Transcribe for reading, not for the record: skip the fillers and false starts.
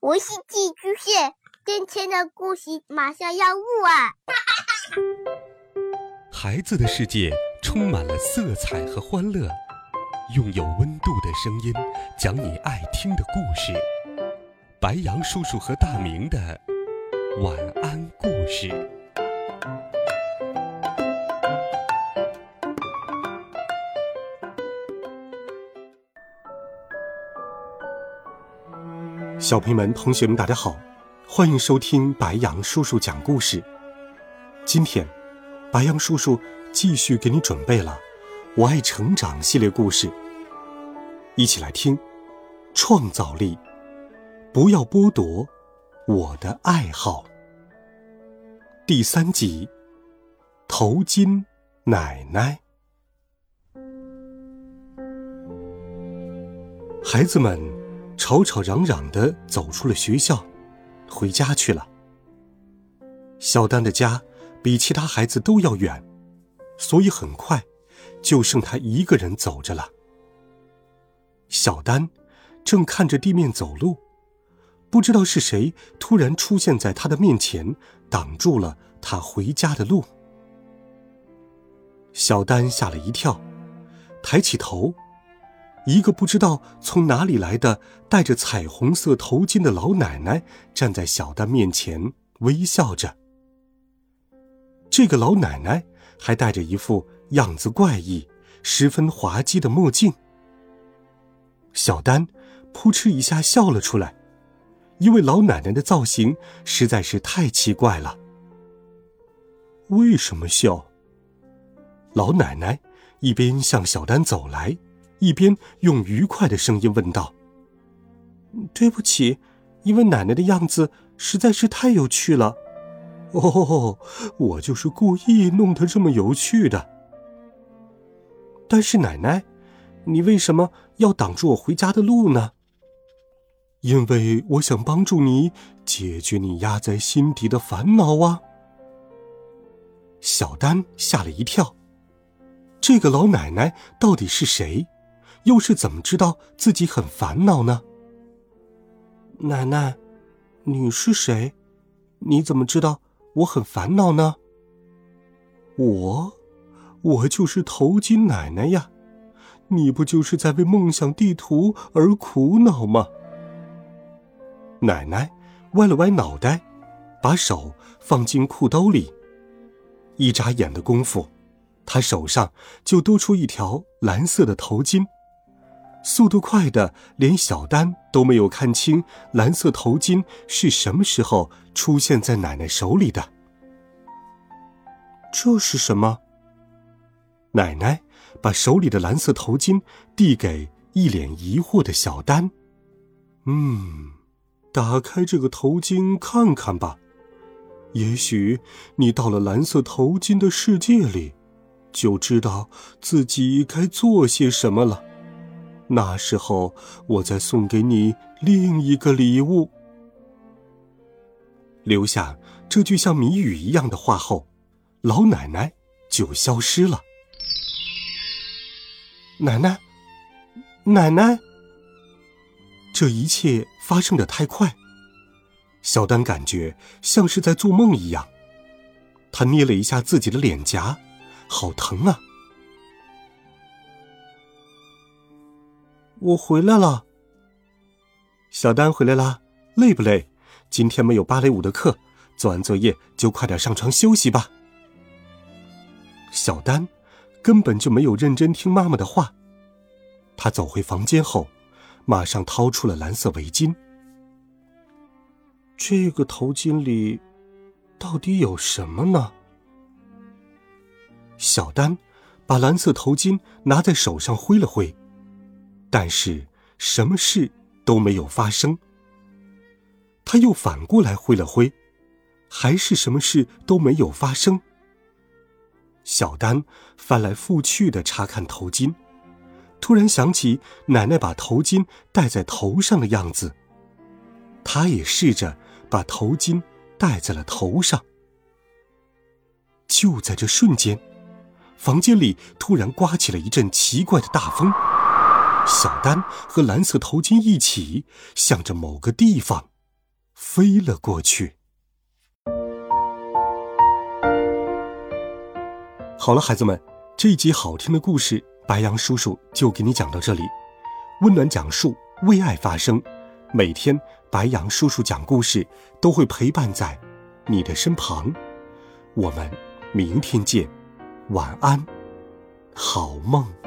我是寄居蟹，今天的故事马上要录啊！ 孩子的世界充满了色彩和欢乐，用有温度的声音讲你爱听的故事。白杨叔叔和大明的晚安故事。 小朋友们、同学们，大家好，欢迎收听白杨叔叔讲故事。今天，白杨叔叔继续给你准备了我爱成长系列故事，一起来听创造力，不要剥夺我的爱好。第3集，头巾奶奶。孩子们吵吵嚷嚷地走出了学校，回家去了。小丹的家比其他孩子都要远，所以很快就剩他一个人走着了。小丹正看着地面走路，不知道是谁突然出现在他的面前，挡住了他回家的路。小丹吓了一跳，抬起头，一个不知道从哪里来的戴着彩虹色头巾的老奶奶站在小丹面前，微笑着。这个老奶奶还戴着一副样子怪异、十分滑稽的墨镜。小丹扑哧一下笑了出来，因为老奶奶的造型实在是太奇怪了。为什么笑？老奶奶一边向小丹走来，一边用愉快的声音问道：对不起，因为奶奶的样子实在是太有趣了。哦，我就是故意弄得这么有趣的。但是奶奶，你为什么要挡住我回家的路呢？因为我想帮助你解决你压在心底的烦恼啊。小丹吓了一跳，这个老奶奶到底是谁？又是怎么知道自己很烦恼呢？奶奶，你是谁？你怎么知道我很烦恼呢？我就是头巾奶奶呀，你不就是在为梦想地图而苦恼吗？奶奶歪了歪脑袋，把手放进裤兜里，一眨眼的功夫，她手上就多出一条蓝色的头巾，速度快的连小丹都没有看清蓝色头巾是什么时候出现在奶奶手里的。这是什么？奶奶把手里的蓝色头巾递给一脸疑惑的小丹。打开这个头巾看看吧，也许你到了蓝色头巾的世界里，就知道自己该做些什么了。那时候我再送给你另一个礼物。留下这句像谜语一样的话后，老奶奶就消失了。奶奶，这一切发生得太快，小丹感觉像是在做梦一样。她捏了一下自己的脸颊，好疼啊！我回来了。小丹回来啦，累不累？今天没有芭蕾舞的课，做完作业就快点上床休息吧。小丹根本就没有认真听妈妈的话，她走回房间后，马上掏出了蓝色围巾。这个头巾里到底有什么呢？小丹把蓝色头巾拿在手上挥了挥，但是什么事都没有发生。他又反过来挥了挥，还是什么事都没有发生。小丹翻来覆去地查看头巾，突然想起奶奶把头巾戴在头上的样子，他也试着把头巾戴在了头上。就在这瞬间，房间里突然刮起了一阵奇怪的大风，小丹和蓝色头巾一起向着某个地方飞了过去。好了，孩子们，这一集好听的故事，白羊叔叔就给你讲到这里。温暖讲述，为爱发声，每天白羊叔叔讲故事都会陪伴在你的身旁。我们明天见，晚安，好梦。